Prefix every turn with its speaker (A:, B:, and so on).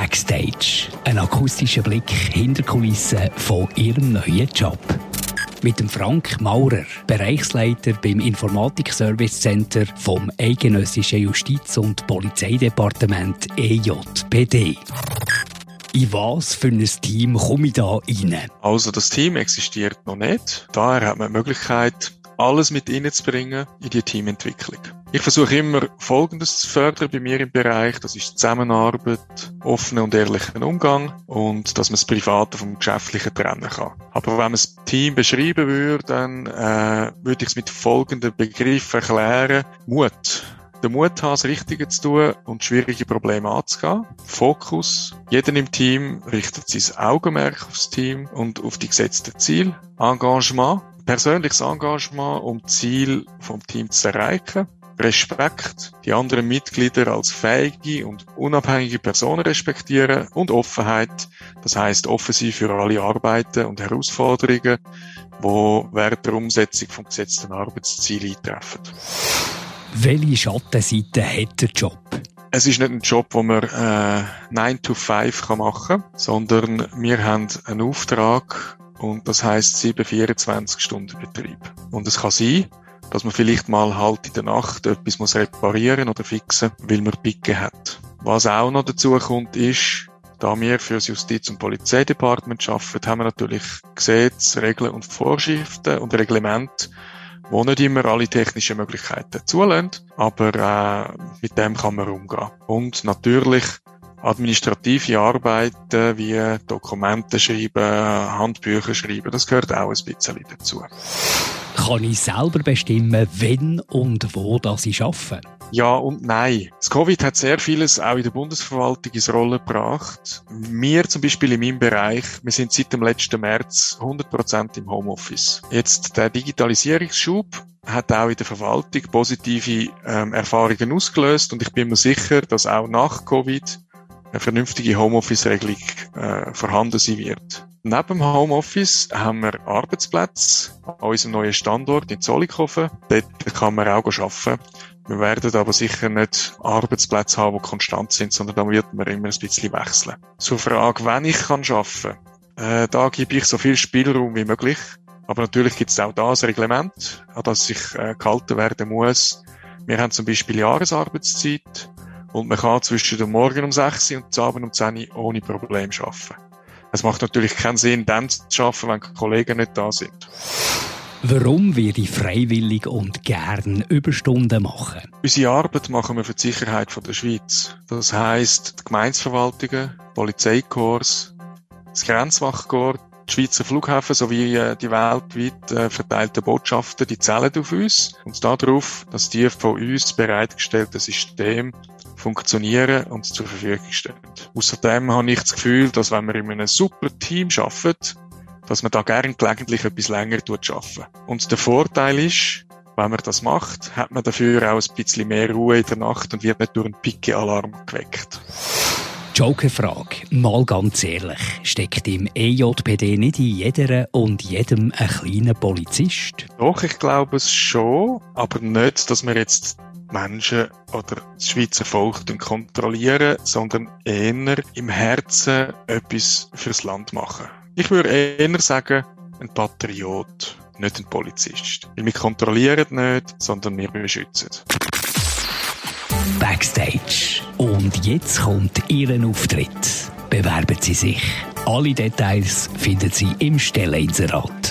A: Backstage. Ein akustischer Blick hinter die Kulissen von Ihrem neuen Job. Mit dem Frank Maurer, Bereichsleiter beim Informatik-Service Center vom Eidgenössischen Justiz- und Polizeidepartement EJPD. In was für ein Team komme ich da rein?
B: Also das Team existiert noch nicht. Daher hat man die Möglichkeit, alles mit reinzubringen in die Teamentwicklung. Ich versuche immer Folgendes zu fördern bei mir im Bereich. Das ist Zusammenarbeit, offenen und ehrlichen Umgang und dass man das Private vom Geschäftlichen trennen kann. Aber wenn man das Team beschreiben würde, dann würde ich es mit folgenden Begriffen erklären. Mut. Den Mut haben, das Richtige zu tun und schwierige Probleme anzugehen. Fokus. Jeder im Team richtet sein Augenmerk aufs Team und auf die gesetzten Ziele. Engagement. Persönliches Engagement, um das Ziel vom Team zu erreichen. Respekt, die anderen Mitglieder als fähige und unabhängige Personen respektieren und Offenheit, das heisst offen sein für alle Arbeiten und Herausforderungen, die während der Umsetzung vom gesetzten Arbeitsziel eintreffen.
A: Welche Schattenseite hat der Job?
B: Es ist nicht ein Job, den man 9 to 5 machen kann, sondern wir haben einen Auftrag und das heisst 7-24-Stunden-Betrieb. Und es kann sein, dass man vielleicht mal halt in der Nacht etwas muss reparieren oder fixen, weil man Picke hat. Was auch noch dazu kommt, ist, da wir für das Justiz- und Polizeidepartement arbeiten, haben wir natürlich Gesetze, Regeln und Vorschriften und Reglemente, die nicht immer alle technischen Möglichkeiten zulassen, aber mit dem kann man umgehen. Und natürlich administrative Arbeiten wie Dokumente schreiben, Handbücher schreiben, das gehört auch ein bisschen dazu.
A: Kann ich selber bestimmen, wenn und wo das ich arbeite?
B: Ja und nein. Das Covid hat sehr vieles auch in der Bundesverwaltung ins Rollen gebracht. Wir zum Beispiel in meinem Bereich, wir sind seit dem letzten März 100% im Homeoffice. Jetzt der Digitalisierungsschub hat auch in der Verwaltung positive Erfahrungen ausgelöst und ich bin mir sicher, dass auch nach Covid eine vernünftige Homeoffice-Regelung vorhanden sein wird. Neben dem Homeoffice haben wir Arbeitsplätze an unserem neuen Standort in Zollikofen. Dort kann man auch arbeiten. Wir werden aber sicher nicht Arbeitsplätze haben, die konstant sind, sondern da wird man immer ein bisschen wechseln. Zur Frage, wann ich arbeiten kann, da gebe ich so viel Spielraum wie möglich. Aber natürlich gibt es auch da ein Reglement, an das sich gehalten werden muss. Wir haben zum Beispiel Jahresarbeitszeit und man kann zwischen dem Morgen um 6 Uhr und dem Abend um 10 Uhr ohne Probleme arbeiten. Es macht natürlich keinen Sinn, dann zu arbeiten, wenn die Kollegen nicht da sind.
A: Warum werde ich freiwillig und gern Überstunden machen?
B: Unsere Arbeit machen wir für die Sicherheit der Schweiz. Das heisst, die Gemeindeverwaltungen, Polizeikorps, das Grenzwachkorps, die Schweizer Flughäfen sowie die weltweit verteilten Botschaften, die zählen auf uns und darauf, dass die von uns bereitgestellten Systeme funktionieren und zur Verfügung stehen. Außerdem habe ich das Gefühl, dass wenn wir in einem super Team arbeiten, dass man da gerne gelegentlich etwas länger arbeitet. Und der Vorteil ist, wenn man das macht, hat man dafür auch ein bisschen mehr Ruhe in der Nacht und wird nicht durch einen Picke-Alarm geweckt.
A: Joker-Frage. Mal ganz ehrlich, steckt im EJPD nicht in jeder und jedem ein kleiner Polizist?
B: Doch, ich glaube es schon, aber nicht, dass wir jetzt Menschen oder das Schweizer Volk kontrollieren, sondern eher im Herzen etwas fürs Land machen. Ich würde eher sagen, ein Patriot, nicht ein Polizist. Weil wir kontrollieren nicht, sondern wir beschützen.
A: Backstage. Und jetzt kommt Ihr Auftritt. Bewerben Sie sich. Alle Details finden Sie im Stelleninserat.